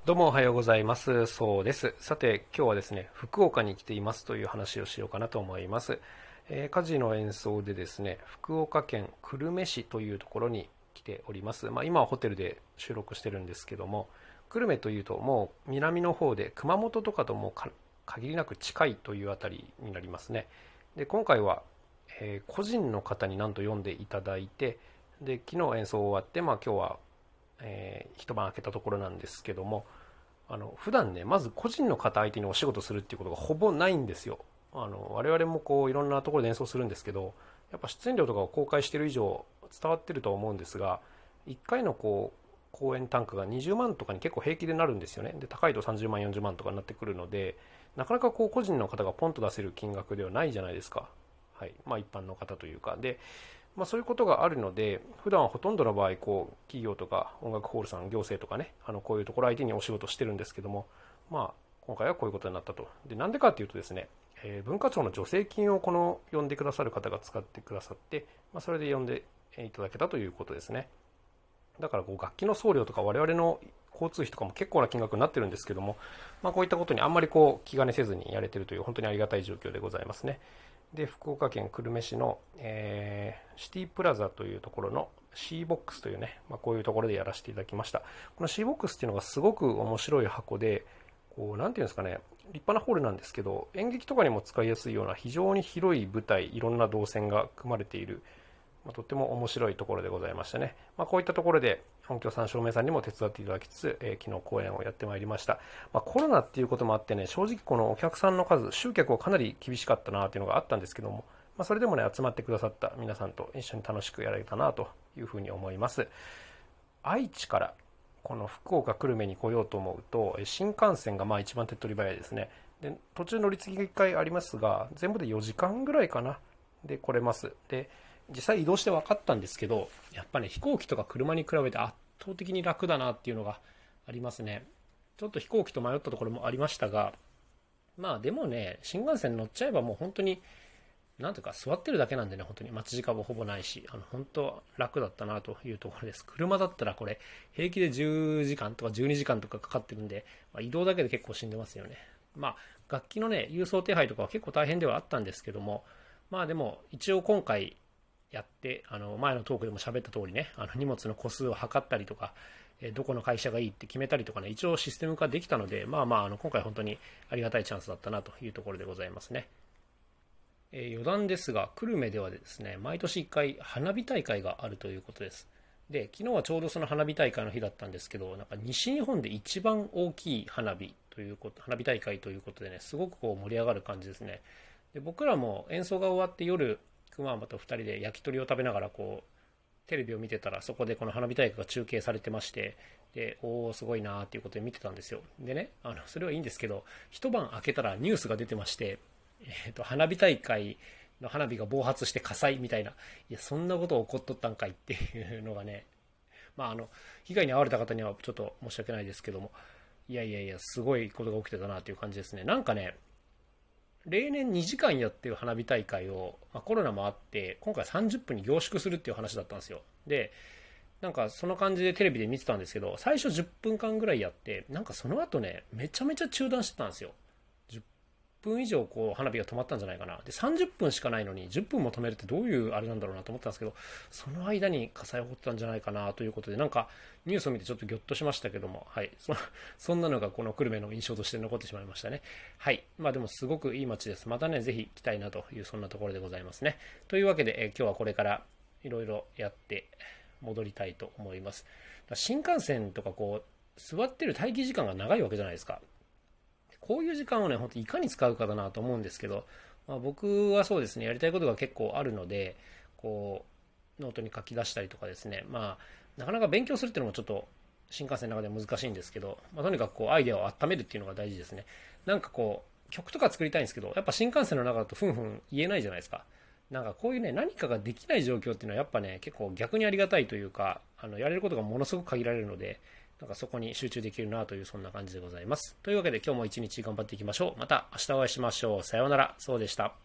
どうもおはようございます。そうです。さて、今日はですね、福岡に来ていますという話をしようかなと思います。家事の演奏でですね、福岡県久留米市というところに来ております。今はホテルで収録してるんですけども、久留米というともう南の方で熊本とかとも限りなく近いというあたりになりますね。で、今回は、個人の方になんと読んでいただいて、で、昨日演奏終わって、今日は一晩明けたところなんですけども、普段ね、まず個人の方相手にお仕事するっていうことがほぼないんですよ。我々もこういろんなところで演奏するんですけど、やっぱ出演料とかを公開している以上伝わってるとは思うんですが、1回の公演単価が20万とかに結構平気でなるんですよね。で、高いと30万、40万とかになってくるので、なかなか個人の方がポンと出せる金額ではないじゃないですか。はい。一般の方というか。で、そういうことがあるので、普段はほとんどの場合、企業とか音楽ホールさん、行政とかね、こういうところ相手にお仕事してるんですけども、今回はこういうことになったと。で、なんでかっていうとですね、文化庁の助成金を呼んでくださる方が使ってくださって、それで呼んでいただけたということですね。だから楽器の送料とか我々の交通費とかも結構な金額になってるんですけども、こういったことにあんまり気兼ねせずにやれてるという本当にありがたい状況でございますね。で、福岡県久留米市の、シティプラザというところの C ボックスというね、こういうところでやらせていただきました。この C ボックスっていうのがすごく面白い箱で、なんていうんですかね、立派なホールなんですけど、演劇とかにも使いやすいような非常に広い舞台、いろんな動線が組まれている、とっても面白いところでございましたね。こういったところで音響さん、照明さんにも手伝っていただきつつ、昨日公演をやってまいりました。コロナっていうこともあってね、正直このお客さんの数、集客はかなり厳しかったなっていうのがあったんですけども、それでもね、集まってくださった皆さんと一緒に楽しくやられたなというふうに思います。愛知からこの福岡久留米に来ようと思うと、新幹線が一番手っ取り早いですね。で、途中乗り継ぎが1回ありますが、全部で4時間ぐらいかな。で、来れます。で、実際移動して分かったんですけど、やっぱね、飛行機とか車に比べて圧倒的に楽だなっていうのがありますね。ちょっと飛行機と迷ったところもありましたが、でもね、新幹線乗っちゃえばもう本当に、なんというか座ってるだけなんでね、本当に待ち時間もほぼないし、本当楽だったなというところです。車だったらこれ、平気で10時間とか12時間とかかかってるんで、移動だけで結構死んでますよね。楽器のね、郵送手配とかは結構大変ではあったんですけども、でも一応今回やって、前のトークでも喋った通りね、荷物の個数を測ったりとか、どこの会社がいいって決めたりとかね、一応システム化できたので、今回本当にありがたいチャンスだったなというところでございますね。余談ですが、久留米ではですね、毎年1回花火大会があるということです。で、昨日はちょうどその花火大会の日だったんですけど、なんか西日本で一番大きい花火ということ、花火大会ということでね、すごく盛り上がる感じですね。で、僕らも演奏が終わって夜、熊浜と2人で焼き鳥を食べながらテレビを見てたら、そこでこの花火大会が中継されてまして、で、おーすごいなーっていうことで見てたんですよ。でね、それはいいんですけど、一晩明けたらニュースが出てまして、花火大会の花火が暴発して火災みたいな、いや、そんなこと起こっとったんかいっていうのがね、被害に遭われた方にはちょっと申し訳ないですけども、いやいやいや、すごいことが起きてたなという感じですね。なんかね、例年2時間やってる花火大会を、コロナもあって、今回30分に凝縮するっていう話だったんですよ。で、なんかその感じでテレビで見てたんですけど、最初10分間ぐらいやって、なんかその後ね、めちゃめちゃ中断してたんですよ。10分以上花火が止まったんじゃないかな。で、30分しかないのに10分も止めるってどういうあれなんだろうなと思ったんですけど、その間に火災が起こったんじゃないかなということで、なんかニュースを見てちょっとギョッとしましたけども、はい。そんなのがこの久留米の印象として残ってしまいましたね。はい。でもすごくいい街です。またね、ぜひ来たいなという、そんなところでございますね。というわけで、今日はこれからいろいろやって戻りたいと思います。新幹線とか座ってる待機時間が長いわけじゃないですか。こういう時間をね、本当いかに使うかだなと思うんですけど、僕はそうですね、やりたいことが結構あるので、ノートに書き出したりとかですね、なかなか勉強するっていうのもちょっと新幹線の中では難しいんですけど、とにかくアイデアを温めるっていうのが大事ですね。なんか曲とか作りたいんですけど、やっぱ新幹線の中だとふんふん言えないじゃないですか。なんかこういうね、何かができない状況っていうのはやっぱね、結構逆にありがたいというか、やれることがものすごく限られるので、なんかそこに集中できるなという、そんな感じでございます。というわけで今日も一日頑張っていきましょう。また明日お会いしましょう。さようなら。そうでした。